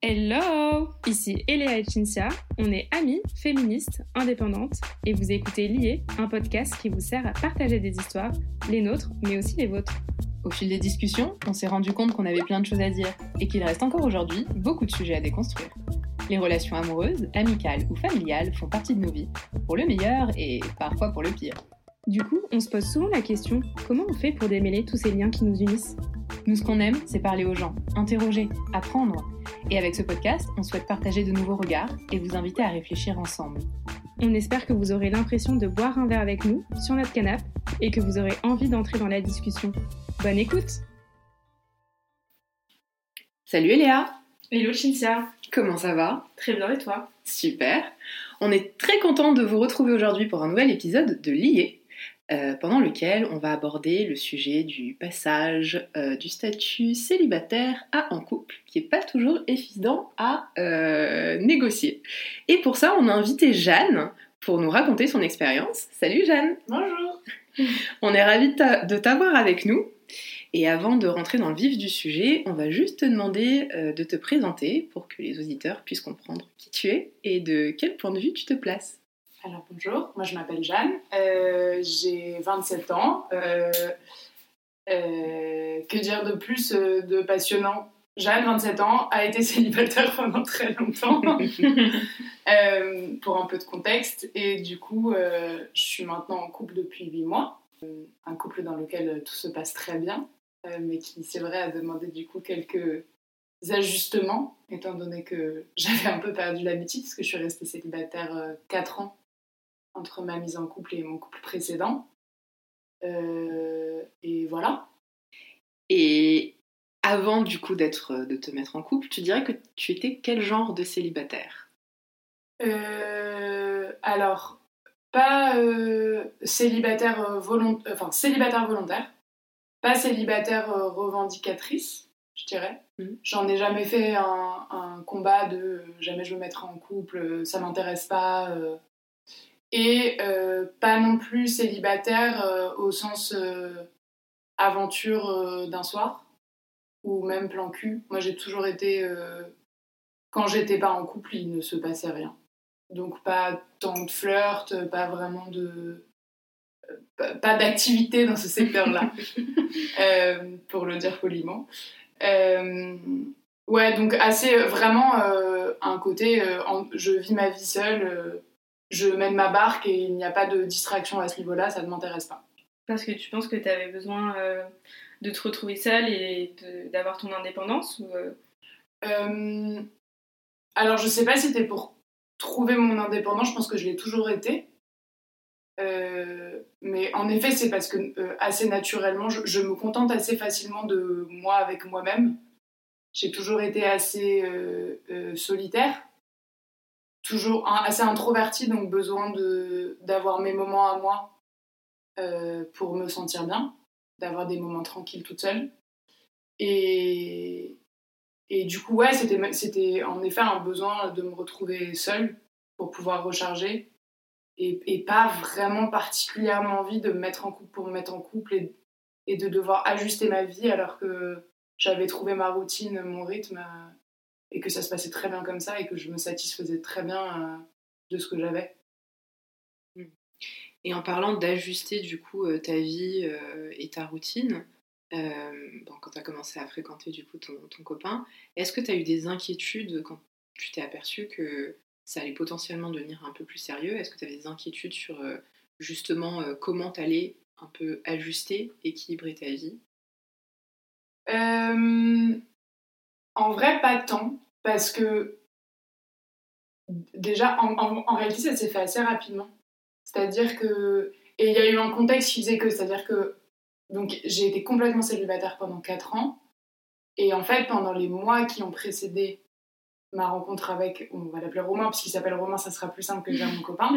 Hello! Ici Eléa et Cinzia, on est amies, féministes, indépendantes, et vous écoutez Liées, un podcast qui vous sert à partager des histoires, les nôtres, mais aussi les vôtres. Au fil des discussions, on s'est rendu compte qu'on avait plein de choses à dire, et qu'il reste encore aujourd'hui beaucoup de sujets à déconstruire. Les relations amoureuses, amicales ou familiales font partie de nos vies, pour le meilleur et parfois pour le pire. Du coup, on se pose souvent la question, comment on fait pour démêler tous ces liens qui nous unissent? Nous, ce qu'on aime, c'est parler aux gens, interroger, apprendre. Et avec ce podcast, on souhaite partager de nouveaux regards et vous inviter à réfléchir ensemble. On espère que vous aurez l'impression de boire un verre avec nous, sur notre canapé, et que vous aurez envie d'entrer dans la discussion. Bonne écoute! Salut Eléa! Hello Cinzia! Comment ça va? Très bien, et toi? Super! On est très content de vous retrouver aujourd'hui pour un nouvel épisode de Liées, pendant lequel on va aborder le sujet du passage du statut célibataire à en couple, qui n'est pas toujours évident à négocier. Et pour ça, on a invité Jeanne pour nous raconter son expérience. Salut Jeanne! Bonjour! On est ravis de t'avoir avec nous. Et avant de rentrer dans le vif du sujet, on va juste te demander de te présenter pour que les auditeurs puissent comprendre qui tu es et de quel point de vue tu te places. Alors bonjour, moi je m'appelle Jeanne, j'ai 27 ans. Que dire de plus de passionnant? Jeanne, 27 ans, a été célibataire pendant très longtemps, pour un peu de contexte. Et du coup, je suis maintenant en couple depuis 8 mois. Un couple dans lequel tout se passe très bien, mais qui, c'est vrai, a demandé du coup quelques ajustements, étant donné que j'avais un peu perdu l'habitude, parce que je suis restée célibataire 4 ans entre ma mise en couple et mon couple précédent. Et voilà. Et avant du coup de te mettre en couple, tu dirais que tu étais quel genre de célibataire? Alors, pas célibataire volontaire, pas célibataire revendicatrice, je dirais. J'en ai jamais fait un combat de jamais je me mettrai en couple, ça m'intéresse pas. Et pas non plus célibataire au sens aventure d'un soir, ou même plan cul. Moi j'ai toujours été, quand j'étais pas en couple, il ne se passait rien. Donc pas tant de flirt, pas vraiment de... pas d'activité dans ce secteur-là, pour le dire poliment. Ouais, donc assez vraiment un côté, je vis ma vie seule, je mène ma barque et il n'y a pas de distraction à ce niveau-là, ça ne m'intéresse pas. Parce que tu penses que tu avais besoin de te retrouver seule et d'avoir ton indépendance ou Alors je sais pas si c'était pour trouver mon indépendance, je pense que je l'ai toujours été. Mais en effet, c'est parce que assez naturellement, je me contente assez facilement de moi avec moi-même. J'ai toujours été assez solitaire, toujours assez introvertie, donc besoin d'avoir mes moments à moi pour me sentir bien, d'avoir des moments tranquilles toute seule. Et du coup, ouais, c'était en effet un besoin de me retrouver seule pour pouvoir recharger. Et pas vraiment particulièrement envie de me mettre en couple pour me mettre en couple et de devoir ajuster ma vie alors que j'avais trouvé ma routine, mon rythme, et que ça se passait très bien comme ça et que je me satisfaisais très bien de ce que j'avais. Et en parlant d'ajuster du coup ta vie et ta routine, quand tu as commencé à fréquenter du coup ton copain, est-ce que tu as eu des inquiétudes quand tu t'es aperçue que ça allait potentiellement devenir un peu plus sérieux? Est-ce que tu avais des inquiétudes sur justement comment tu allais un peu ajuster, équilibrer ta vie? En vrai, pas tant, parce que déjà, en réalité, ça s'est fait assez rapidement. C'est-à-dire que... Et il y a eu un contexte qui faisait que... C'est-à-dire que donc, j'ai été complètement célibataire pendant 4 ans, et en fait, pendant les mois qui ont précédé ma rencontre avec, on va l'appeler Romain, parce qu'il s'appelle Romain, ça sera plus simple que de dire mon copain.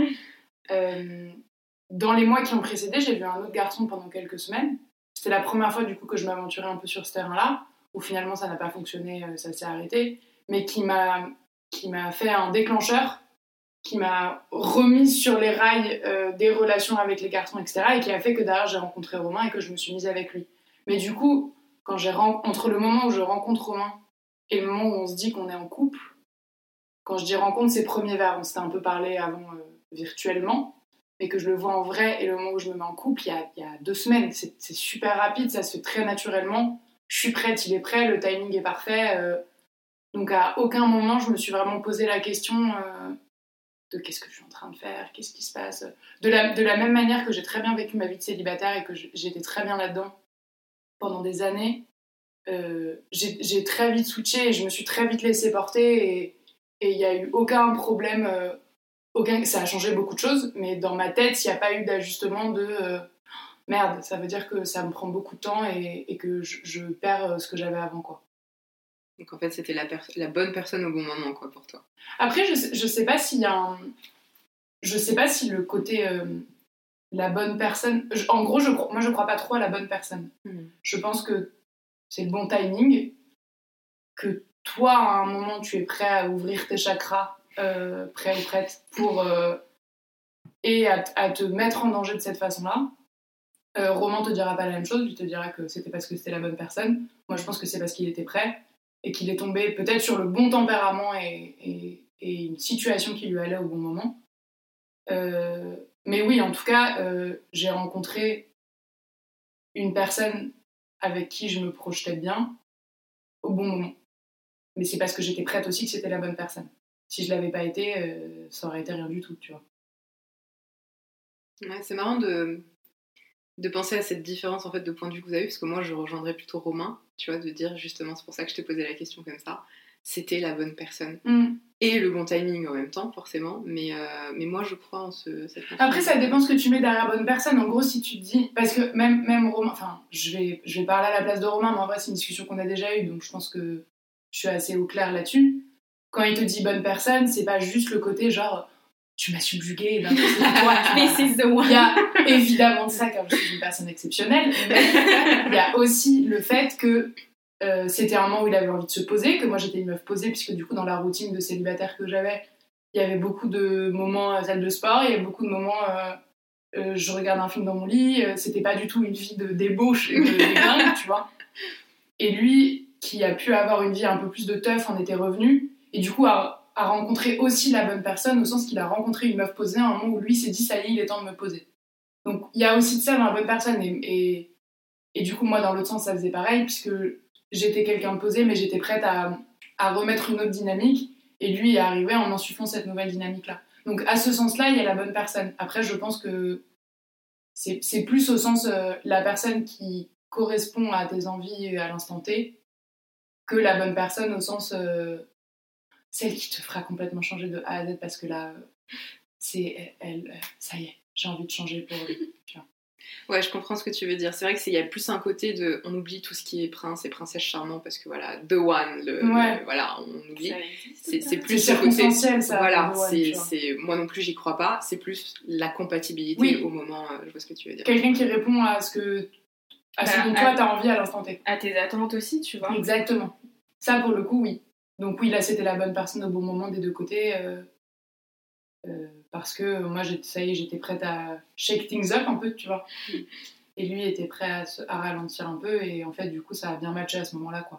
Dans les mois qui ont précédé, j'ai vu un autre garçon pendant quelques semaines. C'était la première fois du coup que je m'aventurais un peu sur ce terrain-là, où finalement ça n'a pas fonctionné, ça s'est arrêté, mais qui m'a fait un déclencheur, qui m'a remis sur les rails des relations avec les garçons, etc., et qui a fait que derrière j'ai rencontré Romain et que je me suis mise avec lui. Mais du coup, entre le moment où je rencontre Romain et le moment où on se dit qu'on est en couple. Quand je dis rencontre, c'est premier verre. On s'était un peu parlé avant virtuellement, mais que je le vois en vrai, et le moment où je me mets en couple, il y a 2 semaines, c'est super rapide, ça se fait très naturellement. Je suis prête, il est prêt, le timing est parfait. Donc à aucun moment, je me suis vraiment posé la question de qu'est-ce que je suis en train de faire, qu'est-ce qui se passe. De la même manière que j'ai très bien vécu ma vie de célibataire et que j'étais très bien là-dedans pendant des années, j'ai très vite switché et je me suis très vite laissée porter et il n'y a eu aucun problème, ça a changé beaucoup de choses, mais dans ma tête, il n'y a pas eu d'ajustement de merde, ça veut dire que ça me prend beaucoup de temps et que je perds ce que j'avais avant, quoi. Donc en fait, c'était la bonne personne au bon moment, quoi, pour toi. Après, je sais pas s'il y a je sais pas si le côté la bonne personne... En gros, moi, je crois pas trop à la bonne personne. Je pense que c'est le bon timing, que toi, à un moment, tu es prêt à ouvrir tes chakras, prêt ou prête, pour... et à te mettre en danger de cette façon-là. Roman te dira pas la même chose, il te dira que c'était parce que c'était la bonne personne. Moi, je pense que c'est parce qu'il était prêt et qu'il est tombé peut-être sur le bon tempérament et une situation qui lui allait au bon moment. Mais oui, en tout cas, j'ai rencontré une personne avec qui je me projetais bien au bon moment. Mais c'est parce que j'étais prête aussi que c'était la bonne personne. Si je l'avais pas été, ça aurait été rien du tout, tu vois. Ouais, c'est marrant de penser à cette différence en fait de point de vue que vous avez, parce que moi je rejoindrais plutôt Romain, tu vois, de dire justement, c'est pour ça que je t'ai posé la question comme ça, c'était la bonne personne. Et le bon timing en même temps, forcément, mais moi je crois en cette Après, ça dépend ce que tu mets derrière bonne personne. En gros, si tu te dis... Parce que même Romain... Enfin, je vais parler à la place de Romain, mais en vrai, c'est une discussion qu'on a déjà eue, donc je pense que je suis assez au clair là-dessus. Quand il te dit bonne personne, c'est pas juste le côté genre... Tu m'as subjugué, d'un coup, c'est toi. This is the one. Il y a évidemment de ça, car je suis une personne exceptionnelle, mais il y a aussi le fait que c'était un moment où il avait envie de se poser, que moi j'étais une meuf posée, puisque du coup dans la routine de célibataire que j'avais, il y avait beaucoup de moments à salle de sport, il y avait beaucoup de moments je regarde un film dans mon lit, c'était pas du tout une vie de débauche et de dingue, tu vois. Et lui, qui a pu avoir une vie un peu plus de teuf, en était revenu, et du coup a rencontré aussi la bonne personne, au sens qu'il a rencontré une meuf posée à un moment où lui s'est dit ça y est, il est temps de me poser. Donc il y a aussi de ça dans la bonne personne, et du coup moi dans l'autre sens ça faisait pareil, puisque j'étais quelqu'un de posé, mais j'étais prête à remettre une autre dynamique, et lui est arrivé en insufflant cette nouvelle dynamique-là. Donc à ce sens-là, il y a la bonne personne. Après, je pense que c'est plus au sens la personne qui correspond à tes envies à l'instant T, que la bonne personne au sens celle qui te fera complètement changer de A à Z, parce que là, c'est elle, ça y est, j'ai envie de changer pour lui, tu vois. Ouais, je comprends ce que tu veux dire. C'est vrai qu'il y a plus un côté de... On oublie tout ce qui est prince et princesse charmant, parce que voilà, the one, voilà, on oublie. C'est plus ce côté... ça. Voilà, c'est... Moi non plus, j'y crois pas. C'est plus la compatibilité au moment... je vois ce que tu veux dire. Quelqu'un qui répond à ce dont toi t'as envie à l'instant T. À tes attentes aussi, tu vois. Exactement. Ça, pour le coup, oui. Donc oui, là, c'était la bonne personne au bon moment des deux côtés. Parce que moi, ça y est, j'étais prête à shake things up un peu, tu vois. Et lui était prêt à ralentir un peu, et en fait, du coup, ça a bien matché à ce moment-là, quoi.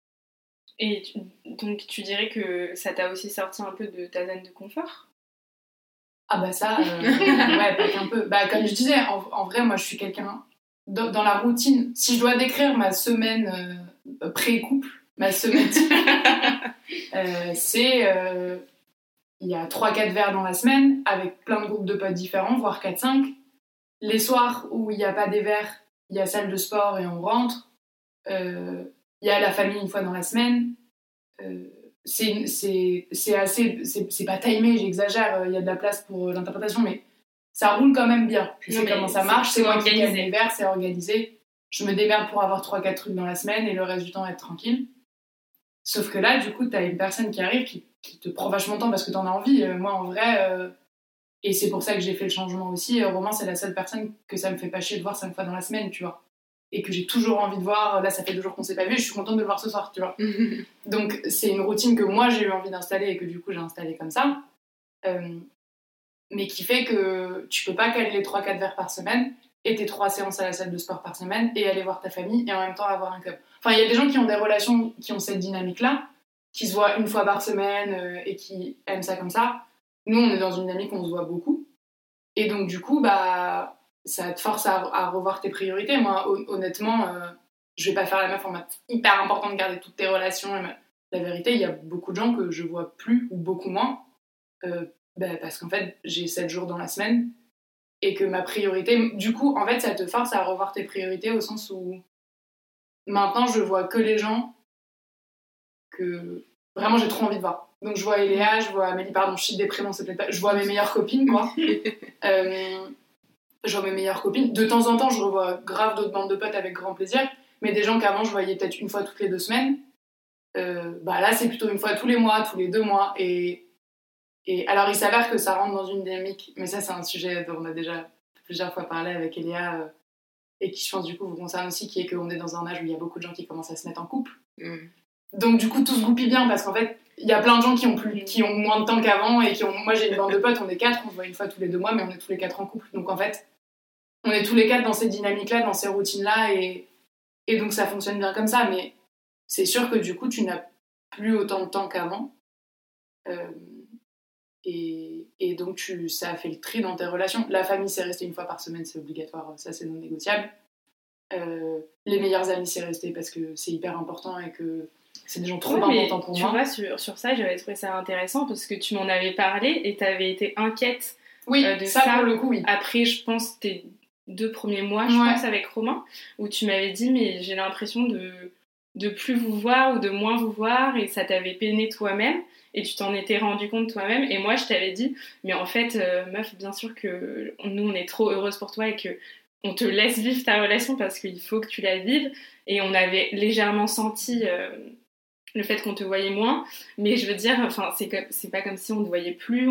Et donc, tu dirais que ça t'a aussi sorti un peu de ta zone de confort ? Ah bah ça, ouais, pas qu'un peu. Bah, comme je disais, en vrai, moi, je suis quelqu'un... Dans la routine, si je dois décrire ma semaine pré-couple, ma semaine type, c'est... Il y a 3-4 verres dans la semaine, avec plein de groupes de potes différents, voire 4-5. Les soirs où il n'y a pas des verres, il y a salle de sport et on rentre. Il y a la famille une fois dans la semaine. C'est assez... C'est pas timé, j'exagère, il y a de la place pour l'interprétation, mais ça roule quand même bien. Je sais comment ça marche, c'est moi qui gagne les verres, c'est organisé. Je me démerde pour avoir 3-4 trucs dans la semaine et le reste du temps être tranquille. Sauf que là, du coup, t'as une personne qui arrive qui te prend vachement de temps parce que t'en as envie. Moi, en vrai, et c'est pour ça que j'ai fait le changement aussi, Romain, c'est la seule personne que ça me fait pas chier de voir 5 fois dans la semaine, tu vois. Et que j'ai toujours envie de voir. Là, ça fait 2 jours qu'on s'est pas vu, je suis contente de le voir ce soir, tu vois. Donc, c'est une routine que moi, j'ai eu envie d'installer et que du coup, j'ai installée comme ça. Mais qui fait que tu peux pas caler les 3-4 verres par semaine et tes 3 séances à la salle de sport par semaine et aller voir ta famille et en même temps avoir un club. Enfin, il y a des gens qui ont des relations qui ont cette dynamique-là. qui se voient une fois par semaine et qui aiment ça comme ça. Nous, on est dans une dynamique où on se voit beaucoup. Et donc, du coup, ça te force à revoir tes priorités. Moi, honnêtement, je vais pas faire la meuf en mode hyper important de garder toutes tes relations. La vérité, il y a beaucoup de gens que je vois plus ou beaucoup moins parce qu'en fait, j'ai 7 jours dans la semaine et que ma priorité... Du coup, en fait, ça te force à revoir tes priorités au sens où maintenant, je vois que les gens que vraiment j'ai trop envie de voir. Donc, je vois Eléa, je vois Amélie, pardon, je suis déprimante, c'est peut-être pas... Je vois mes meilleures copines, quoi. Je vois mes meilleures copines. De temps en temps, je revois grave d'autres bandes de potes avec grand plaisir, mais des gens qu'avant, je voyais peut-être une fois toutes les 2 semaines. Là, c'est plutôt une fois tous les mois, tous les 2 mois. Et alors, il s'avère que ça rentre dans une dynamique, mais ça, c'est un sujet dont on a déjà plusieurs fois parlé avec Eléa, et qui, je pense, du coup, vous concerne aussi, qui est qu'on est dans un âge où il y a beaucoup de gens qui commencent à se mettre en couple. Donc, du coup, tout se goupille bien, parce qu'en fait, il y a plein de gens qui ont moins de temps qu'avant, et moi, j'ai une bande de potes, on est 4, on se voit une fois tous les 2 mois, mais on est tous les 4 en couple. Donc, en fait, on est tous les 4 dans ces dynamiques-là, dans ces routines-là, et donc ça fonctionne bien comme ça, mais c'est sûr que du coup, tu n'as plus autant de temps qu'avant. Et donc, ça a fait le tri dans tes relations. La famille, c'est resté une fois par semaine, c'est obligatoire, ça, c'est non négociable. Les meilleurs amis, c'est resté parce que c'est hyper important et que c'est des gens trop importants pour moi. Tu vois, sur ça, j'avais trouvé ça intéressant parce que tu m'en avais parlé et tu avais été inquiète de ça. Pour le coup, oui. Après, je pense, tes 2 premiers mois, je pense, avec Romain, où tu m'avais dit, mais j'ai l'impression de plus vous voir ou de moins vous voir, et ça t'avait peiné toi-même et tu t'en étais rendu compte toi-même. Et moi, je t'avais dit, mais en fait, meuf, bien sûr que nous, on est trop heureuse pour toi et que on te laisse vivre ta relation parce qu'il faut que tu la vives. Et on avait légèrement senti le fait qu'on te voyait moins, mais je veux dire, enfin, c'est pas comme si on ne te voyait plus,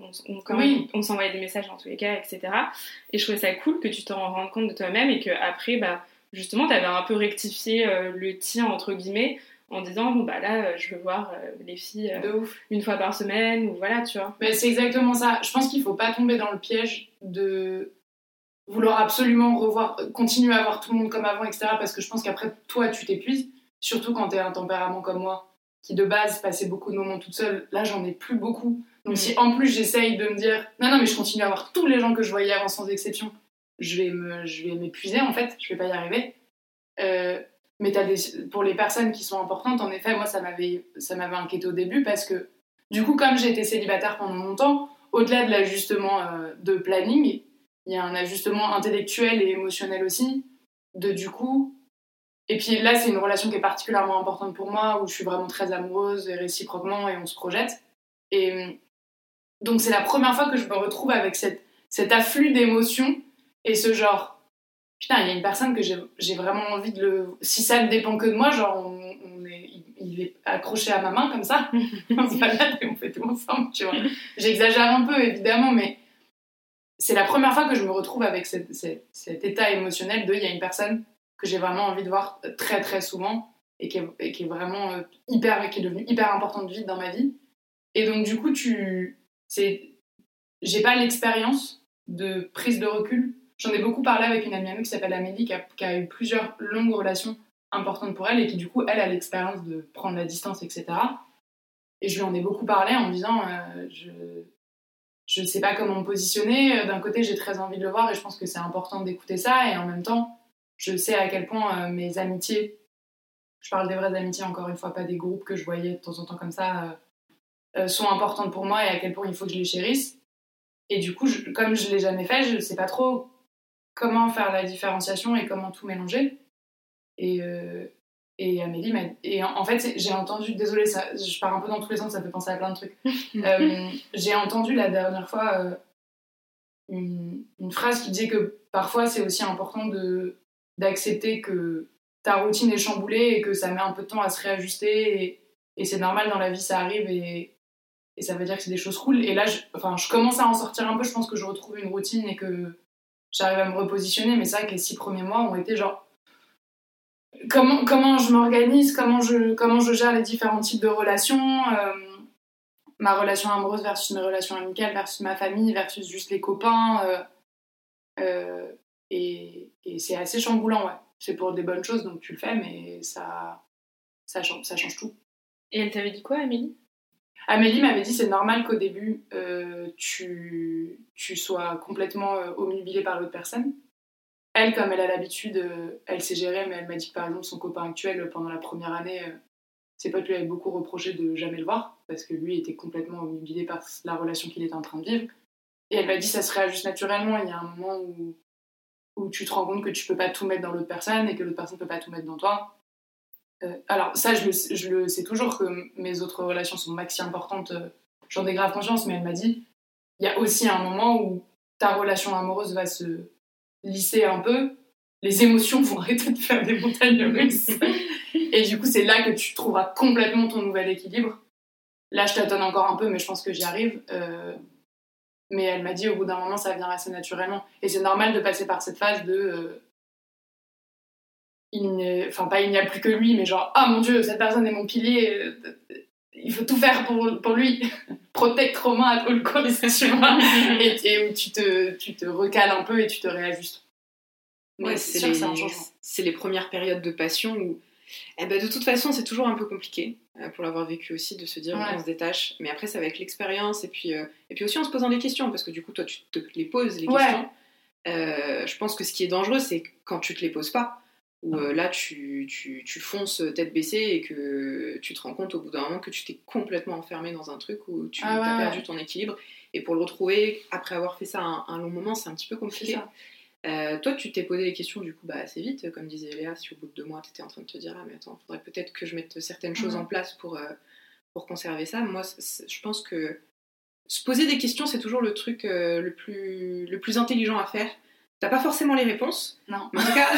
on s'envoyait des messages dans tous les cas, etc. Et je trouvais ça cool que tu t'en rendes compte de toi-même et qu'après, justement, t'avais un peu rectifié le tir, entre guillemets, en disant, là, je veux voir les filles une fois par semaine, ou voilà, tu vois. Mais c'est exactement ça. Je pense qu'il faut pas tomber dans le piège de vouloir absolument continuer à voir tout le monde comme avant, etc. Parce que je pense qu'après, toi, tu t'épuises. Surtout quand t'es un tempérament comme moi, qui de base passait beaucoup de moments toute seule. Là, j'en ai plus beaucoup. Donc si en plus j'essaye de me dire non, mais je continue à voir tous les gens que je voyais avant sans exception, je vais m'épuiser en fait, je vais pas y arriver. Mais pour les personnes qui sont importantes, en effet, moi ça m'avait inquiété au début parce que du coup, comme j'ai été célibataire pendant longtemps, au-delà de l'ajustement de planning, il y a un ajustement intellectuel et émotionnel aussi. Du coup. Et puis là, c'est une relation qui est particulièrement importante pour moi, où je suis vraiment très amoureuse et réciproquement, et on se projette. Et donc, c'est la première fois que je me retrouve avec cet afflux d'émotions et ce genre, putain, il y a une personne que j'ai vraiment envie de le... Si ça ne dépend que de moi, genre, il est accroché à ma main comme ça, on se balade et on fait tout ensemble, tu vois. J'exagère un peu, évidemment, mais c'est la première fois que je me retrouve avec cet état émotionnel de il y a une personne que j'ai vraiment envie de voir très très souvent et qui est vraiment qui est devenue hyper importante de vivre dans ma vie. Et donc du coup, j'ai pas l'expérience de prise de recul. J'en ai beaucoup parlé avec une amie à nous qui s'appelle Amélie, qui a eu plusieurs longues relations importantes pour elle et qui du coup, elle a l'expérience de prendre la distance, etc. Et je lui en ai beaucoup parlé en me disant je sais pas comment me positionner. D'un côté, j'ai très envie de le voir et je pense que c'est important d'écouter ça, et en même temps, je sais à quel point mes amitiés, je parle des vraies amitiés encore une fois, pas des groupes que je voyais de temps en temps comme ça, sont importantes pour moi et à quel point il faut que je les chérisse. Et du coup, comme je l'ai jamais fait, je sais pas trop comment faire la différenciation et comment tout mélanger. Et Amélie m'a... Et en fait, j'ai entendu... Désolée, je pars un peu dans tous les sens, ça fait penser à plein de trucs. J'ai entendu la dernière fois une phrase qui disait que parfois, c'est aussi important d'accepter que ta routine est chamboulée et que ça met un peu de temps à se réajuster, et c'est normal, dans la vie, ça arrive, et ça veut dire que c'est des choses cool. Et là, je commence à en sortir un peu, je pense que je retrouve une routine et que j'arrive à me repositionner, mais c'est vrai que les 6 premiers mois ont été genre... Comment je m'organise, comment je gère les différents types de relations, ma relation amoureuse versus mes relations amicales, versus ma famille, versus juste les copains, et c'est assez chamboulant, ouais. C'est pour des bonnes choses, donc tu le fais, mais ça change tout. Et elle t'avait dit quoi, Amélie ? Amélie m'avait dit c'est normal qu'au début tu sois complètement obnubilée par l'autre personne. Elle, comme elle a l'habitude, elle sait gérer, mais elle m'a dit que par exemple son copain actuel, pendant la première année, ses potes lui avaient beaucoup reproché de jamais le voir, parce que lui était complètement obnubilé par la relation qu'il était en train de vivre. Et elle m'a dit ça se réajuste naturellement, il y a un moment où tu te rends compte que tu peux pas tout mettre dans l'autre personne et que l'autre personne peut pas tout mettre dans toi. Alors ça, je le sais toujours que mes autres relations sont maxi importantes, j'en ai grave conscience, mais elle m'a dit il y a aussi un moment où ta relation amoureuse va se lisser un peu, les émotions vont arrêter de faire des montagnes russes et du coup c'est là que tu trouveras complètement ton nouvel équilibre. Là je tâtonne encore un peu, mais je pense que j'y arrive, mais elle m'a dit au bout d'un moment ça vient assez naturellement et c'est normal de passer par cette phase de il n'y a plus que lui, mais genre ah mon dieu cette personne est mon pilier, il faut tout faire pour lui. Protect Romain at all costs, tu vois. et où tu te recales un peu et tu te réajustes. Mais c'est sûr que c'est un changement. C'est les premières périodes de passion où de toute façon c'est toujours un peu compliqué, pour l'avoir vécu aussi, de se dire on se détache, mais après c'est avec l'expérience et puis aussi en se posant des questions, parce que du coup toi tu te les poses les questions. Je pense que ce qui est dangereux c'est quand tu te les poses pas, où là tu fonces tête baissée et que tu te rends compte au bout d'un moment que tu t'es complètement enfermé dans un truc où tu as perdu ton équilibre, et pour le retrouver après avoir fait ça un long moment c'est un petit peu compliqué. Toi tu t'es posé les questions du coup assez vite, comme disait Léa, si au bout de 2 mois t'étais en train de te dire ah mais attends, faudrait peut-être que je mette certaines choses en place pour conserver ça. Moi je pense que se poser des questions c'est toujours le truc le plus intelligent à faire. T'as pas forcément les réponses. Non. Mais en tout cas,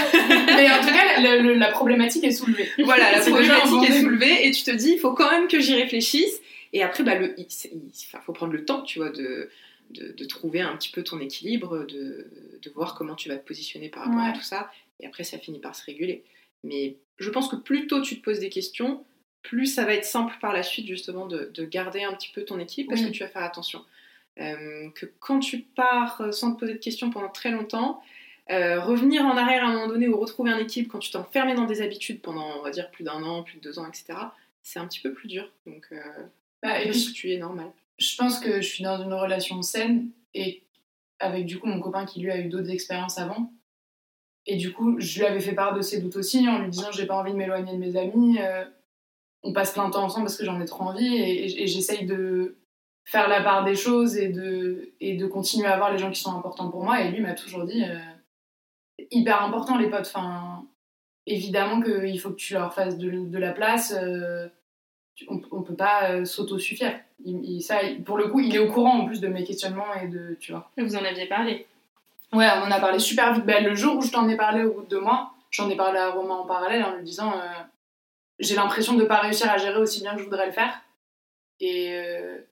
la problématique est soulevée. Voilà, la problématique est soulevée et tu te dis, il faut quand même que j'y réfléchisse. Et après, faut prendre le temps, tu vois, de trouver un petit peu ton équilibre, de voir comment tu vas te positionner par rapport à tout ça. Et après, ça finit par se réguler. Mais je pense que plus tôt tu te poses des questions, plus ça va être simple par la suite, justement, de garder un petit peu ton équilibre, parce que tu vas faire attention. Que quand tu pars sans te poser de questions pendant très longtemps, revenir en arrière à un moment donné ou retrouver un équilibre quand tu t'es enfermé dans des habitudes pendant, on va dire, plus d'1 an, plus de 2 ans, etc., c'est un petit peu plus dur. Donc, et puis, tu es normal. Je pense que je suis dans une relation saine, et avec du coup mon copain qui lui a eu d'autres expériences avant. Et du coup, je lui avais fait part de ses doutes aussi, en lui disant j'ai pas envie de m'éloigner de mes amis, on passe plein de temps ensemble parce que j'en ai trop envie, et j'essaye de faire la part des choses et de continuer à voir les gens qui sont importants pour moi. Et lui m'a toujours dit hyper important les potes, enfin, évidemment qu'il faut que tu leur fasses de la place, on peut pas s'auto-suffire. Pour le coup, il est au courant en plus de mes questionnements et de, tu vois. Et vous en aviez parlé ? Ouais, on en a parlé super vite. Le jour où je t'en ai parlé, au bout de 2 mois, j'en ai parlé à Romain en parallèle en lui disant j'ai l'impression de pas réussir à gérer aussi bien que je voudrais le faire. Et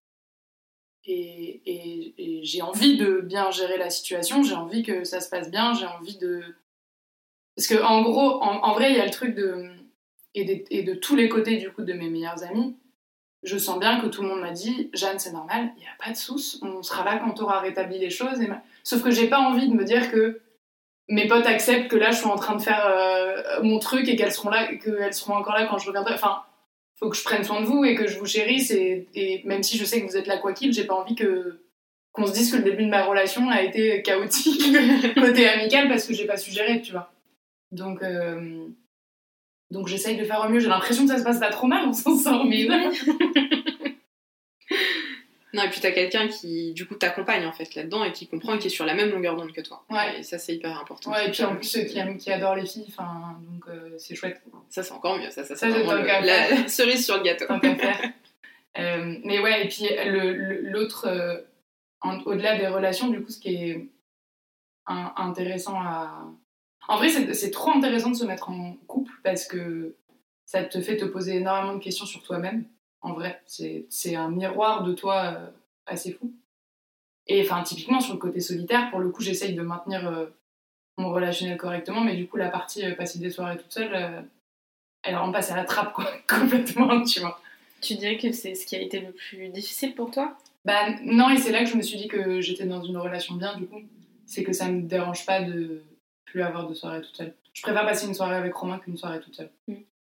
j'ai envie de bien gérer la situation, j'ai envie que ça se passe bien, j'ai envie de... Parce que en gros, en vrai, il y a le truc de... Et de tous les côtés, du coup, de mes meilleurs amis, je sens bien que tout le monde m'a dit « Jeanne, c'est normal, il n'y a pas de soucis, on sera là quand tu auras rétabli les choses. » Sauf que j'ai pas envie de me dire que mes potes acceptent que là, je suis en train de faire mon truc et qu'elles seront encore là quand je reviendrai. Enfin, faut que je prenne soin de vous et que je vous chérisse, et même si je sais que vous êtes là quoi qu'il, j'ai pas envie qu'on se dise que le début de ma relation a été chaotique côté amical parce que j'ai pas su gérer, tu vois. Donc j'essaye de faire au mieux. J'ai l'impression que ça se passe pas trop mal, on s'en sort, mais oui. Non, et puis t'as quelqu'un qui du coup t'accompagne en fait là-dedans et qui comprend et qui est sur la même longueur d'onde que toi. Ouais. Et ça c'est hyper important. Ouais, et puis en plus ceux qui adorent les filles, enfin, donc c'est chouette. Ça c'est encore mieux, ça c'est vraiment la cerise sur le gâteau. Tant qu'à faire. Mais ouais, et puis l'autre, au-delà des relations, du coup, ce qui est intéressant à... En vrai, c'est trop intéressant de se mettre en couple parce que ça te fait te poser énormément de questions sur toi-même. En vrai, c'est un miroir de toi assez fou. Et enfin, typiquement, sur le côté solitaire, pour le coup, j'essaye de maintenir mon relationnel correctement, mais du coup, la partie passer des soirées toute seule, elle rend passer à la trappe, quoi, complètement, tu vois. Tu dirais que c'est ce qui a été le plus difficile pour toi ? Non, et c'est là que je me suis dit que j'étais dans une relation bien, du coup. C'est que ça me dérange pas de plus avoir de soirée toute seule. Je préfère passer une soirée avec Romain qu'une soirée toute seule.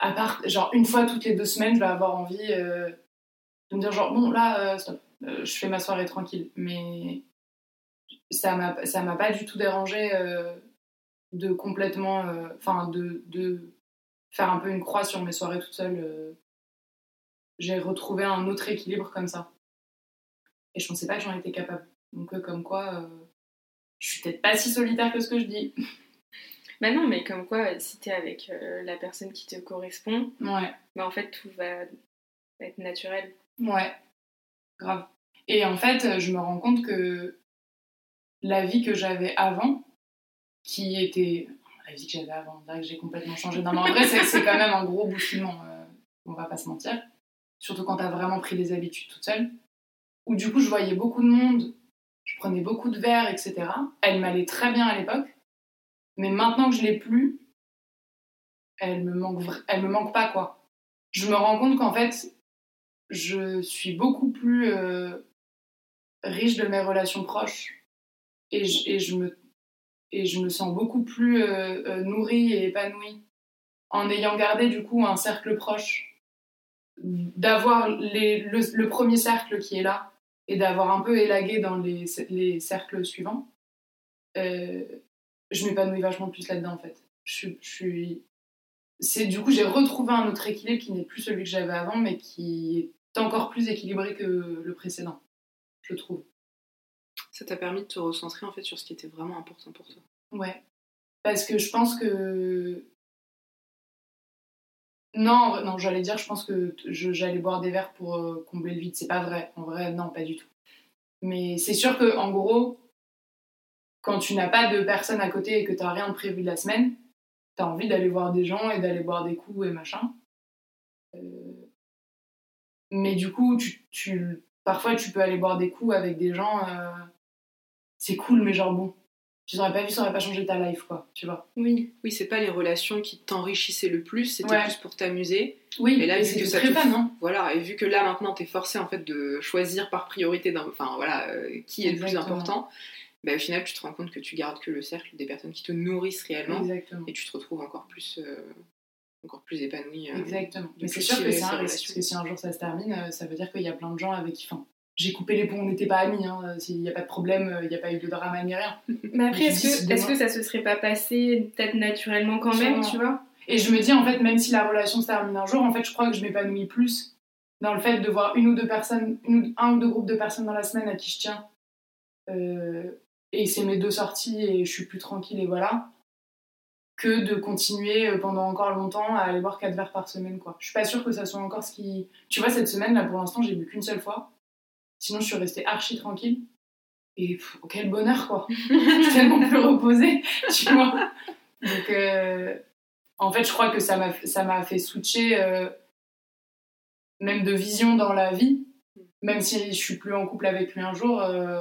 à part, genre, une fois toutes les 2 semaines, je vais avoir envie de me dire, genre, bon, là, stop, je fais ma soirée tranquille. Mais ça m'a pas du tout dérangé de complètement... Enfin, de faire un peu une croix sur mes soirées toute seule. J'ai retrouvé un autre équilibre comme ça. Et je pensais pas que j'en étais capable. Donc, comme quoi, je suis peut-être pas si solitaire que ce que je dis. Bah non, mais comme quoi, si t'es avec la personne qui te correspond, Ouais. bah en fait, tout va être naturel. Ouais, grave. Et en fait, je me rends compte que la vie que j'avais avant, qui était... La vie que j'avais avant, c'est vrai que j'ai complètement changé. Non, mais en vrai, c'est quand même un gros bousculement, on va pas se mentir. Surtout quand t'as vraiment pris des habitudes toute seule. Où du coup, je voyais beaucoup de monde, je prenais beaucoup de verres, etc. Elle m'allait très bien à l'époque. Mais maintenant que je l'ai plus, elle me manque pas, quoi. Je me rends compte qu'en fait, je suis beaucoup plus riche de mes relations proches et je me sens beaucoup plus nourrie et épanouie en ayant gardé du coup un cercle proche, d'avoir le premier cercle qui est là et d'avoir un peu élagué dans les cercles suivants. Je m'épanouis vachement plus là-dedans en fait. Du coup, j'ai retrouvé un autre équilibre qui n'est plus celui que j'avais avant, mais qui est encore plus équilibré que le précédent, je trouve. Ça t'a permis de te recentrer en fait sur ce qui était vraiment important pour toi. Ouais, parce que je pense que... Non, j'allais dire, je pense que j'allais boire des verres pour combler le vide. C'est pas vrai. En vrai, non, pas du tout. Mais c'est sûr que, en gros, quand tu n'as pas de personne à côté et que t'as rien de prévu de la semaine, t'as envie d'aller voir des gens et d'aller boire des coups et machin. Mais du coup, parfois, tu peux aller boire des coups avec des gens... C'est cool, mais genre bon... Tu n'aurais pas vu, ça n'aurait pas changé ta life, quoi, tu vois. Oui, c'est pas les relations qui t'enrichissaient le plus, c'était plus pour t'amuser. Oui, et là, vu que ça très fun, hein. Voilà, et vu que là, maintenant, t'es forcé, en fait, de choisir par priorité, qui est le plus important, bah, au final, tu te rends compte que tu gardes que le cercle des personnes qui te nourrissent réellement. Exactement. Et tu te retrouves encore plus épanoui. Exactement. Mais c'est sûr que c'est un risque, parce que si un jour ça se termine, ça veut dire qu'il y a plein de gens avec qui... J'ai coupé les ponts, on n'était pas amis, hein. Il n'y a pas de problème, il n'y a pas eu de drama ni rien. Mais après, est-ce que ça se serait pas passé peut-être naturellement quand même, tu vois? Et je me dis, en fait, même si la relation se termine un jour, en fait, je crois que je m'épanouis plus dans le fait de voir une ou deux personnes, un ou deux groupes de personnes dans la semaine à qui je tiens. Et c'est mes 2 sorties et je suis plus tranquille et voilà. Que de continuer pendant encore longtemps à aller boire 4 verres par semaine, quoi. Je suis pas sûre que ça soit encore ce qui... Tu vois, cette semaine, là, pour l'instant, j'ai bu qu'une seule fois. Sinon, je suis restée archi tranquille. Et quel bonheur, quoi. Je suis tellement plus reposée, tu vois. Donc, en fait, je crois que ça m'a fait switcher même de vision dans la vie. Même si je suis plus en couple avec lui un jour,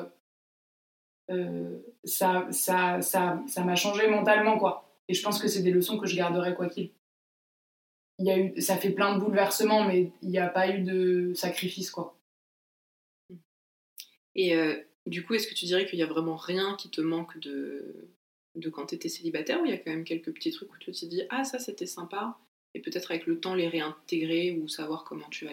ça m'a changé mentalement, quoi. Et je pense que c'est des leçons que je garderai quoi qu'il. Ça fait plein de bouleversements, mais il n'y a pas eu de sacrifice, quoi. Et du coup, est-ce que tu dirais qu'il y a vraiment rien qui te manque de quand t'étais célibataire, ou il y a quand même quelques petits trucs où tu te dis « Ah, ça, c'était sympa », et peut-être avec le temps les réintégrer ou savoir comment tu vas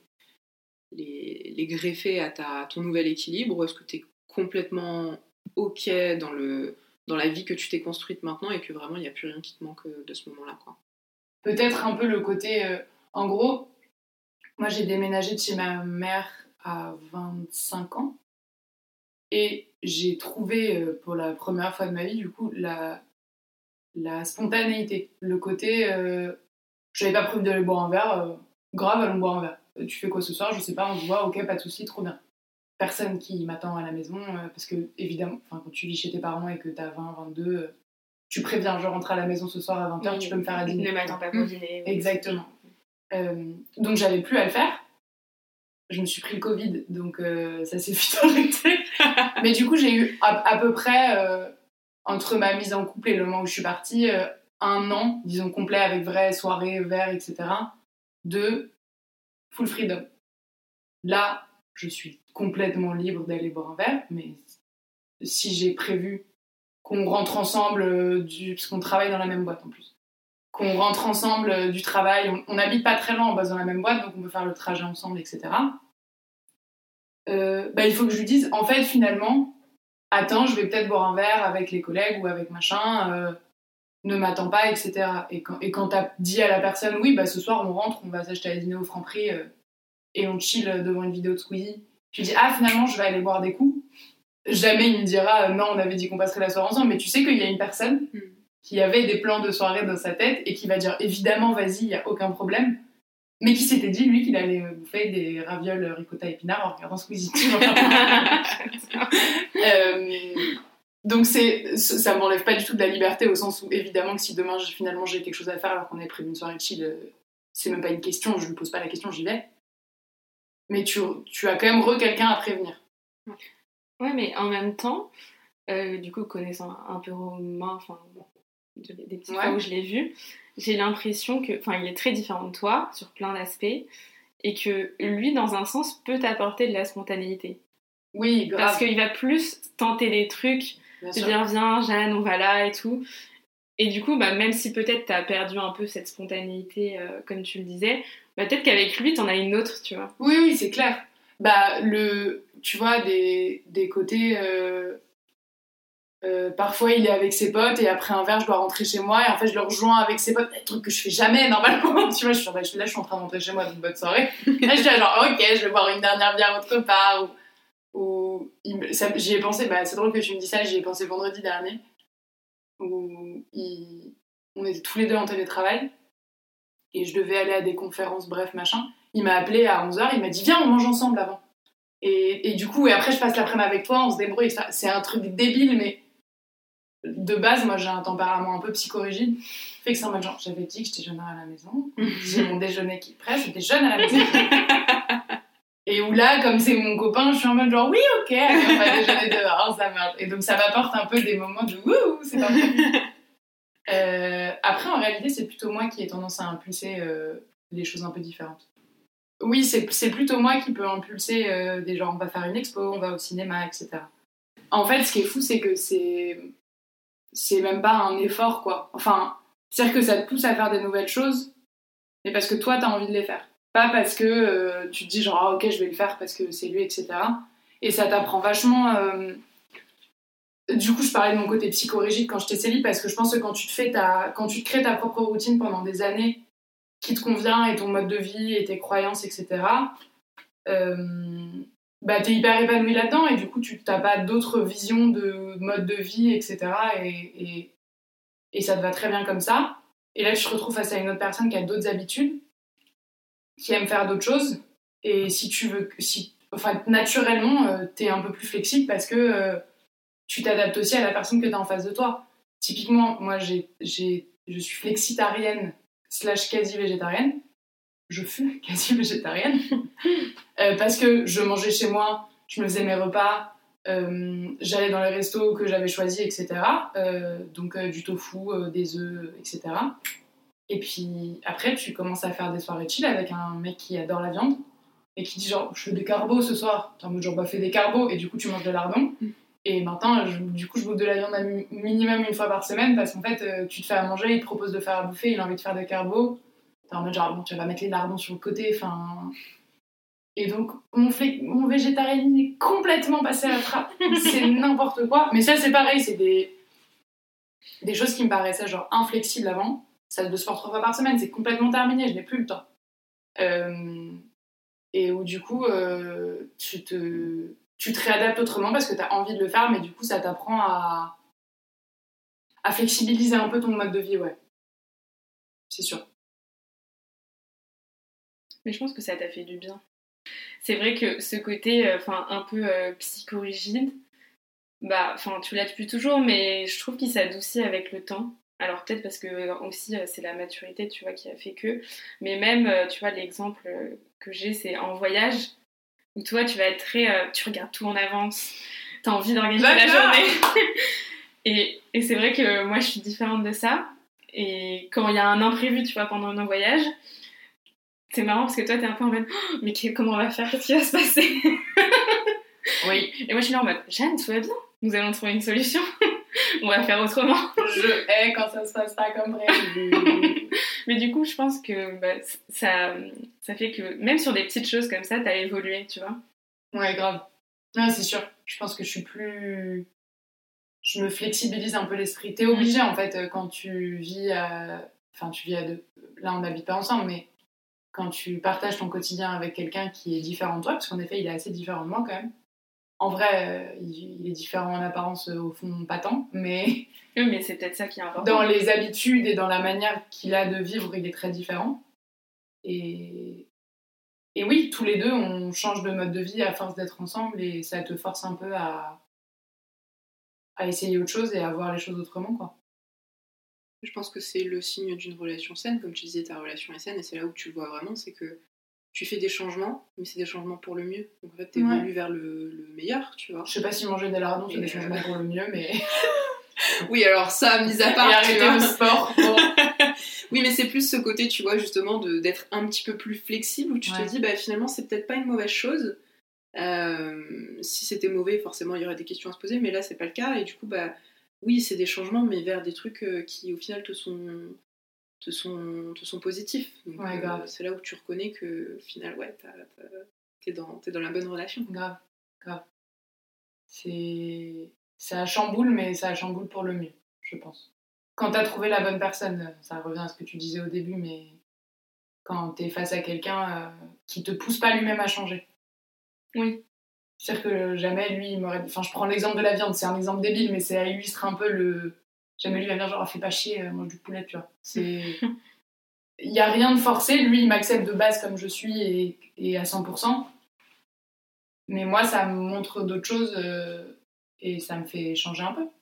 les greffer à ton nouvel équilibre, ou est-ce que t'es complètement OK dans la vie que tu t'es construite maintenant et que vraiment il n'y a plus rien qui te manque de ce moment-là, quoi. Peut-être un peu le côté... en gros, moi j'ai déménagé de chez ma mère à 25 ans et j'ai trouvé pour la première fois de ma vie du coup la spontanéité, le côté j'avais pas prévu d'aller boire un verre, grave, allons boire un verre. Tu fais quoi ce soir? Je sais pas, on se voit, ok, pas de soucis, trop bien. Personne qui m'attend à la maison, parce que évidemment, quand tu vis chez tes parents et que t'as 20, 22, tu préviens, je rentre à la maison ce soir à 20h, tu peux me faire à dîner. Ne m'attends pas pour dîner. Exactement. Donc j'avais plus à le faire. Je me suis pris le Covid, donc ça s'est vite arrêté. Mais du coup, j'ai eu à peu près, entre ma mise en couple et le moment où je suis partie, 1 an, disons, complet, avec vraie soirée, verre, etc., de full freedom. Là, je suis complètement libre d'aller boire un verre, mais si j'ai prévu qu'on rentre ensemble, parce qu'on travaille dans la même boîte en plus, qu'on rentre ensemble du travail. On n'habite pas très loin, on bosse dans la même boîte, donc on peut faire le trajet ensemble, etc. Il faut que je lui dise, en fait, finalement, attends, je vais peut-être boire un verre avec les collègues ou avec machin, ne m'attends pas, etc. Et quand t'as dit à la personne, oui, ce soir on rentre, on va s'acheter à dîner au Franprix et on chill devant une vidéo de Squeezie, tu dis, ah, finalement, je vais aller boire des coups. Jamais il me dira, non, on avait dit qu'on passerait la soirée ensemble, mais tu sais qu'il y a une personne qui avait des plans de soirée dans sa tête et qui va dire, évidemment, vas-y, il n'y a aucun problème. Mais qui s'était dit, lui, qu'il allait bouffer des ravioles ricotta épinards en regardant Squeezie. Donc ça m'enlève pas du tout de la liberté, au sens où, évidemment, que si demain, finalement, j'ai quelque chose à faire alors qu'on avait prévu une soirée chill, c'est même pas une question, je lui pose pas la question, j'y vais. Mais tu as quand même quelqu'un à prévenir. Ouais, mais en même temps, du coup, connaissant un peu Romain, enfin, des petites fois où je l'ai vu, j'ai l'impression que, enfin, il est très différent de toi sur plein d'aspects et que lui, dans un sens, peut t'apporter de la spontanéité. Oui, grave. Parce qu'il va plus tenter des trucs, te dire viens, Jeanne, on va là et tout. Et du coup, même si peut-être t'as perdu un peu cette spontanéité, comme tu le disais, peut-être qu'avec lui, t'en as une autre, tu vois. Oui, c'est clair. Tu vois, des côtés... parfois il est avec ses potes et après un verre je dois rentrer chez moi et en fait je le rejoins avec ses potes, des trucs que je fais jamais normalement. Tu vois, je suis en train de rentrer chez moi, donc bonne soirée. Là je suis là genre ok, je vais boire une dernière bière autre part j'y ai pensé, c'est drôle que tu me dis ça, j'y ai pensé vendredi dernier où on était tous les deux en télétravail et je devais aller à des conférences, bref machin. Il m'a appelé à 11h, il m'a dit viens on mange ensemble avant. Et du coup, et après je passe l'après-midi avec toi, on se débrouille. C'est un truc débile, mais de base, moi j'ai un tempérament un peu psychorigide. Fait que c'est en mode genre, j'avais dit que je déjeunerais à la maison, j'ai mon déjeuner qui est prêt, je déjeune à la maison. Et où là, comme c'est mon copain, je suis en mode genre, oui, ok, allez, on va déjeuner dehors, ça marche. Et donc ça m'apporte un peu des moments de wouh, c'est pas mal. Après, en réalité, c'est plutôt moi qui ai tendance à impulser les choses un peu différentes. Oui, c'est plutôt moi qui peux impulser des gens, on va faire une expo, on va au cinéma, etc. En fait, ce qui est fou, c'est que c'est même pas un effort, quoi. Enfin, c'est-à-dire que ça te pousse à faire des nouvelles choses, mais parce que toi, t'as envie de les faire. Pas parce que tu te dis genre, ah, ok, je vais le faire parce que c'est lui, etc. Et ça t'apprend vachement... Du coup, je parlais de mon côté psychorigide quand j'étais célib, parce que je pense que quand tu te crées ta propre routine pendant des années, qui te convient, et ton mode de vie, et tes croyances, etc., t'es hyper épanoui là-dedans, et du coup, tu n'as pas d'autres visions de mode de vie, etc., et ça te va très bien comme ça. Et là, tu te retrouves face à une autre personne qui a d'autres habitudes, qui aime faire d'autres choses, et si tu veux... naturellement, t'es un peu plus flexible, parce que tu t'adaptes aussi à la personne que t'as en face de toi. Typiquement, moi, je suis flexitarienne / quasi-végétarienne. Je fus quasi-végétarienne. Parce que je mangeais chez moi, je me faisais mes repas, j'allais dans les restos que j'avais choisis, etc. Donc du tofu, des œufs, etc. Et puis après, tu commences à faire des soirées chill avec un mec qui adore la viande et qui dit genre, je fais des carbos ce soir. T'es en mode genre, fais des carbos, et du coup, tu manges de lardon. Et maintenant, je bouffe de la viande minimum une fois par semaine, parce qu'en fait, tu te fais à manger, il te propose de faire à bouffer, il a envie de faire des carbos. T'es en mode genre, bon, tu vas mettre les lardons sur le côté, enfin... Et donc, mon végétarisme est complètement passé à la trappe. C'est n'importe quoi. Mais ça, c'est pareil, c'est des choses qui me paraissaient genre inflexibles avant. Salle de sport 3 fois par semaine, c'est complètement terminé, je n'ai plus le temps. Et où du coup, tu te réadaptes autrement parce que tu as envie de le faire, mais du coup, ça t'apprend à flexibiliser un peu ton mode de vie, ouais. C'est sûr. Mais je pense que ça t'a fait du bien. C'est vrai que ce côté un peu psychorigide, tu l'as depuis toujours, mais je trouve qu'il s'adoucit avec le temps. Alors peut-être parce que aussi c'est la maturité, tu vois, qui a fait que. Mais même, tu vois, l'exemple que j'ai, c'est en voyage, où toi, tu vas être très... tu regardes tout en avance, t'as envie d'organiser la journée. et c'est vrai que moi, je suis différente de ça. Et quand il y a un imprévu, tu vois, pendant un voyage... C'est marrant parce que toi, t'es un peu en mode oh, mais comment on va faire? Qu'est-ce qui va se passer? Oui. Et moi, je suis là en mode Jeanne, tout va bien. Nous allons trouver une solution. On va faire autrement. Je hais quand ça se passe pas comme prévu. Mais du coup, je pense que ça fait que même sur des petites choses comme ça, t'as évolué, tu vois. Ouais, grave. Ouais, c'est sûr. Je pense que je me flexibilise un peu l'esprit. T'es obligé, en fait, quand tu vis à... Enfin, tu vis à deux. Là, on n'habite pas ensemble, mais quand tu partages ton quotidien avec quelqu'un qui est différent de toi, parce qu'en effet, il est assez différent de moi, quand même. En vrai, il est différent en apparence, au fond, pas tant, mais... Oui, mais c'est peut-être ça qui est important. Dans les habitudes et dans la manière qu'il a de vivre, il est très différent. Et oui, tous les deux, on change de mode de vie à force d'être ensemble et ça te force un peu à essayer autre chose et à voir les choses autrement, quoi. Je pense que c'est le signe d'une relation saine, comme tu disais, ta relation est saine, et c'est là où tu le vois vraiment, c'est que tu fais des changements, mais c'est des changements pour le mieux. Donc en fait, t'évolues vers le meilleur, tu vois. Je sais pas si manger des lardons, c'est des changements pour le mieux, mais... Oui, alors ça, mis à part, et arrêter le sport. Bon. Oui, mais c'est plus ce côté, tu vois, justement, d'être un petit peu plus flexible, où tu te dis, bah finalement, c'est peut-être pas une mauvaise chose. Si c'était mauvais, forcément, il y aurait des questions à se poser, mais là, c'est pas le cas, et du coup, bah oui, c'est des changements, mais vers des trucs qui, au final, te sont positifs. Donc, c'est là où tu reconnais que, au final, ouais, t'es dans la bonne relation. Grave. Ça chamboule, mais ça chamboule pour le mieux, je pense. Quand t'as trouvé la bonne personne, ça revient à ce que tu disais au début, mais quand t'es face à quelqu'un qui te pousse pas lui-même à changer. Oui. C'est-à-dire que jamais lui, il m'aurait... Enfin, je prends l'exemple de la viande, c'est un exemple débile, mais ça illustre un peu le... Jamais lui, il va dire genre, fais pas chier, mange du poulet, tu vois. C'est... Il y a rien de forcé, lui, il m'accepte de base comme je suis et à 100%. Mais moi, ça me montre d'autres choses et ça me fait changer un peu.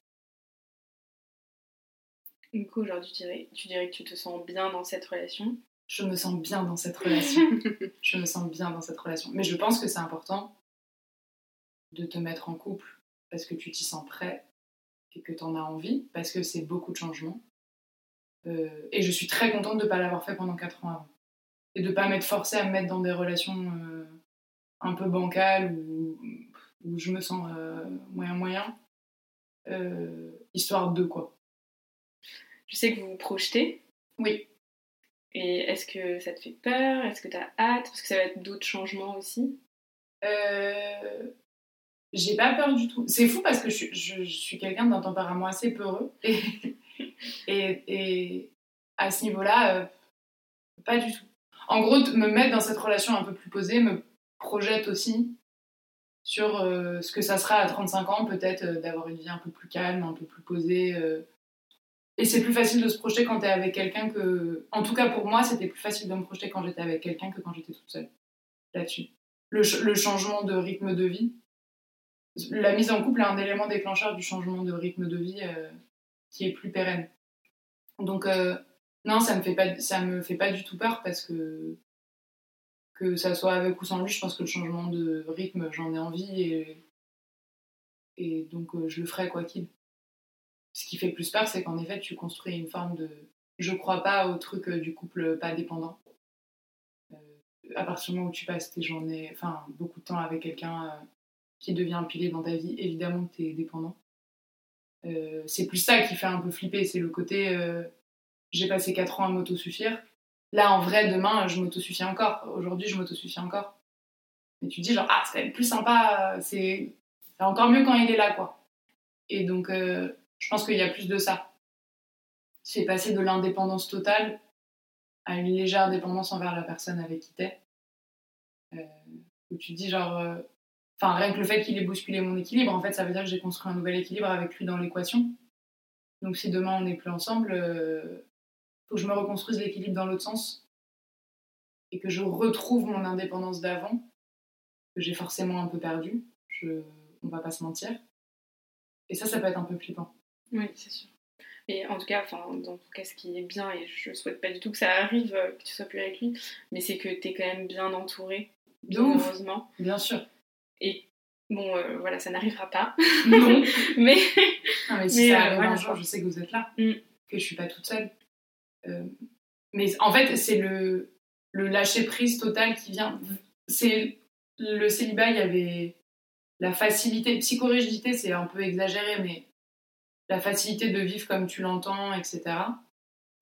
Du coup, aujourd'hui, tu dirais que tu te sens bien dans cette relation? Je me sens bien dans cette relation. Je me sens bien dans cette relation. Mais je pense que c'est important de te mettre en couple parce que tu t'y sens prêt et que t'en as envie, parce que c'est beaucoup de changements. Et je suis très contente de ne pas l'avoir fait pendant 4 ans avant. Et de ne pas m'être forcée à me mettre dans des relations un peu bancales où je me sens moyen. Histoire de quoi. Je sais que vous vous projetez. Oui. Et est-ce que ça te fait peur? Est-ce que tu as hâte? Parce que ça va être d'autres changements aussi. J'ai pas peur du tout. C'est fou parce que je suis quelqu'un d'un tempérament assez peureux. Et à ce niveau-là, pas du tout. En gros, me mettre dans cette relation un peu plus posée me projette aussi sur ce que ça sera à 35 ans, peut-être d'avoir une vie un peu plus calme, un peu plus posée. Et c'est plus facile de se projeter quand t'es avec quelqu'un que... En tout cas, pour moi, c'était plus facile de me projeter quand j'étais avec quelqu'un que quand j'étais toute seule. Là-dessus. Le changement de rythme de vie. La mise en couple est un élément déclencheur du changement de rythme de vie qui est plus pérenne. Donc, non, ça me fait pas du tout peur parce que ça soit avec ou sans lui, je pense que le changement de rythme, j'en ai envie et donc je le ferai quoi qu'il. Ce qui fait plus peur, c'est qu'en effet, tu construis une forme de... Je crois pas au truc du couple pas dépendant. À partir du moment où tu passes beaucoup de temps avec quelqu'un qui devient un pilier dans ta vie, évidemment que t'es dépendant. C'est plus ça qui fait un peu flipper, c'est le côté j'ai passé 4 ans à m'autosuffire. Là, en vrai, demain, je m'autosuffis encore. Aujourd'hui, je m'autosuffis encore. Mais tu te dis genre, c'est quand même plus sympa, c'est encore mieux quand il est là, quoi. Et donc... je pense qu'il y a plus de ça. C'est passer de l'indépendance totale à une légère dépendance envers la personne avec qui t'es. Où tu te dis genre... rien que le fait qu'il ait bousculé mon équilibre, en fait, ça veut dire que j'ai construit un nouvel équilibre avec lui dans l'équation. Donc si demain on n'est plus ensemble, faut que je me reconstruise l'équilibre dans l'autre sens et que je retrouve mon indépendance d'avant, que j'ai forcément un peu perdue. On va pas se mentir. Et ça peut être un peu flippant. Oui, c'est sûr. Et en tout cas, dans ton cas, ce qui est bien, et je souhaite pas du tout que ça arrive, que tu sois plus avec lui, mais c'est que t'es quand même bien entourée, heureusement. Bien sûr. Et bon, voilà, ça n'arrivera pas. Non. mais si ça arrive un jour, je sais que vous êtes là, que je suis pas toute seule. Mais en fait, c'est le lâcher prise total qui vient. C'est le célibat, il y avait la facilité, psychorigidité, c'est un peu exagéré, mais la facilité de vivre comme tu l'entends, etc.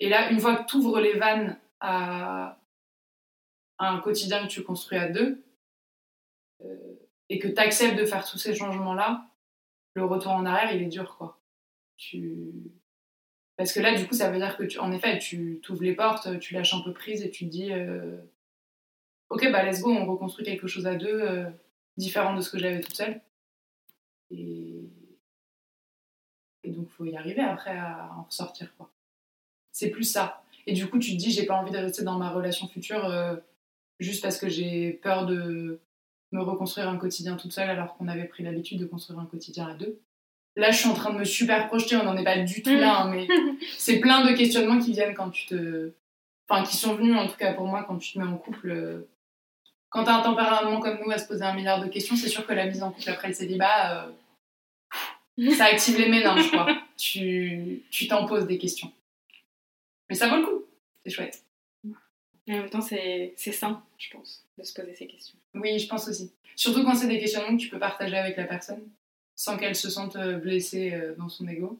Et là, une fois que tu ouvres les vannes à un quotidien que tu construis à deux, et que tu acceptes de faire tous ces changements-là, le retour en arrière, il est dur, quoi. Parce que là, du coup, ça veut dire que, en effet, tu t'ouvres les portes, tu lâches un peu prise et tu te dis ok, bah let's go, on reconstruit quelque chose à deux, différent de ce que j'avais toute seule. Et donc, il faut y arriver après à en ressortir, quoi. C'est plus ça. Et du coup, tu te dis, j'ai pas envie de rester dans ma relation future juste parce que j'ai peur de me reconstruire un quotidien toute seule alors qu'on avait pris l'habitude de construire un quotidien à deux. Là, je suis en train de me super projeter, on n'en est pas du tout là, hein, mais c'est plein de questionnements qui viennent quand tu te... Enfin, qui sont venus, en tout cas pour moi, quand tu te mets en couple. Quand t'as un tempérament comme nous à se poser 1 milliard de questions, c'est sûr que la mise en couple après le célibat, ça active les méninges, quoi. Tu t'en poses des questions. Mais ça vaut le coup, c'est chouette. Et en même temps, c'est sain, je pense, de se poser ces questions. Oui, je pense aussi. Surtout quand c'est des questionnements que tu peux partager avec la personne, sans qu'elle se sente blessée dans son ego.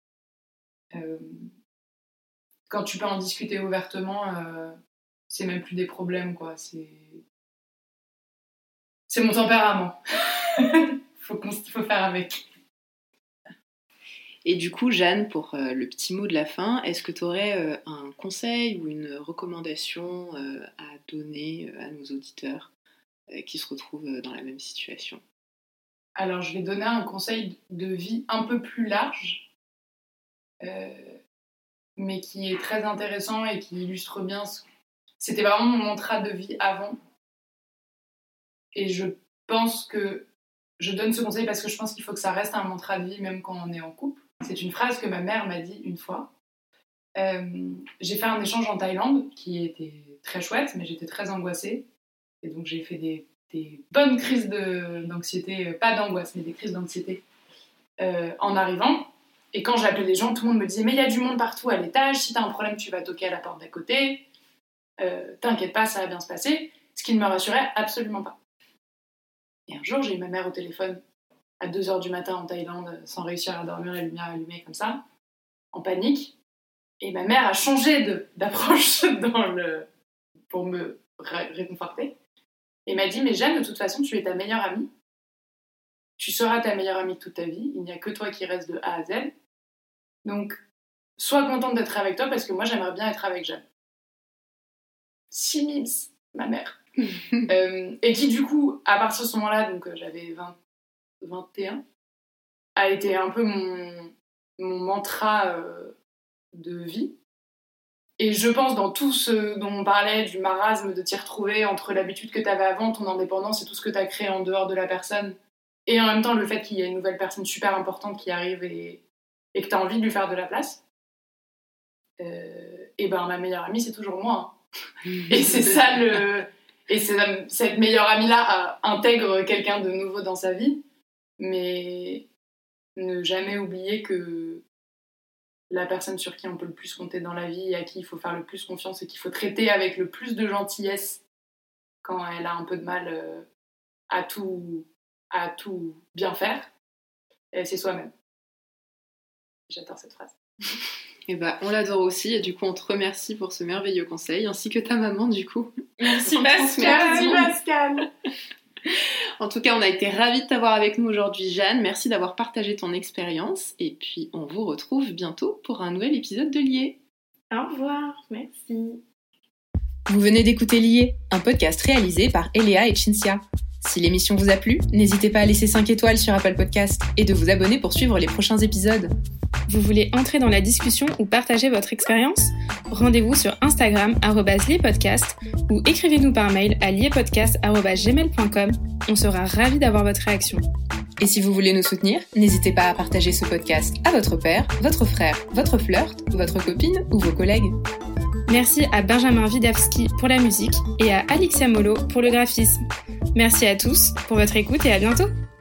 Quand tu peux en discuter ouvertement, c'est même plus des problèmes, quoi. C'est mon tempérament. faut faire avec. Et du coup, Jeanne, pour le petit mot de la fin, est-ce que tu aurais un conseil ou une recommandation à donner à nos auditeurs qui se retrouvent dans la même situation ? Alors, je vais donner un conseil de vie un peu plus large, mais qui est très intéressant et qui illustre bien... C'était vraiment mon mantra de vie avant. Et je pense que je donne ce conseil parce que je pense qu'il faut que ça reste un mantra de vie même quand on est en couple. C'est une phrase que ma mère m'a dit une fois. J'ai fait un échange en Thaïlande qui était très chouette, mais j'étais très angoissée. Et donc j'ai fait des bonnes crises d'anxiété, pas d'angoisse, mais des crises d'anxiété en arrivant. Et quand j'appelais les gens, tout le monde me disait « Mais il y a du monde partout à l'étage, si t'as un problème, tu vas toquer à la porte d'à côté. T'inquiète pas, ça va bien se passer. » Ce qui ne me rassurait absolument pas. Et un jour, j'ai eu ma mère au téléphone à 2h du matin en Thaïlande, sans réussir à dormir, la lumière allumée comme ça, en panique. Et ma mère a changé d'approche pour me réconforter. Et m'a dit « Mais Jeanne, de toute façon, tu es ta meilleure amie. Tu seras ta meilleure amie toute ta vie. Il n'y a que toi qui reste de A à Z. Donc, sois contente d'être avec toi parce que moi, j'aimerais bien être avec Jeanne. » 6 mimes, ma mère. Et qui, du coup, à partir de ce moment-là, donc j'avais 21, a été un peu mon mantra de vie. Et je pense dans tout ce dont on parlait, du marasme de t'y retrouver entre l'habitude que t'avais avant, ton indépendance et tout ce que t'as créé en dehors de la personne, et en même temps le fait qu'il y ait une nouvelle personne super importante qui arrive et que t'as envie de lui faire de la place, et ben ma meilleure amie c'est toujours moi. Hein. Et c'est ça et cette meilleure amie-là intègre quelqu'un de nouveau dans sa vie, mais ne jamais oublier que la personne sur qui on peut le plus compter dans la vie et à qui il faut faire le plus confiance et qu'il faut traiter avec le plus de gentillesse quand elle a un peu de mal à tout bien faire, c'est soi-même. J'adore cette phrase. Et bah, on l'adore aussi, et du coup on te remercie pour ce merveilleux conseil, ainsi que ta maman du coup. Merci Pascal. En tout cas, on a été ravis de t'avoir avec nous aujourd'hui, Jeanne. Merci d'avoir partagé ton expérience. Et puis, on vous retrouve bientôt pour un nouvel épisode de Lié. Au revoir, merci. Vous venez d'écouter Lié, un podcast réalisé par Eléa et Cinzia. Si l'émission vous a plu, n'hésitez pas à laisser 5 étoiles sur Apple Podcast et de vous abonner pour suivre les prochains épisodes. Vous voulez entrer dans la discussion ou partager votre expérience ? Rendez-vous sur Instagram @liepodcast ou écrivez-nous par mail à liepodcast@gmail.com. On sera ravis d'avoir votre réaction. Et si vous voulez nous soutenir, n'hésitez pas à partager ce podcast à votre père, votre frère, votre flirt, votre copine ou vos collègues. Merci à Benjamin Widawski pour la musique et à Alexia Molo pour le graphisme. Merci à tous pour votre écoute et à bientôt.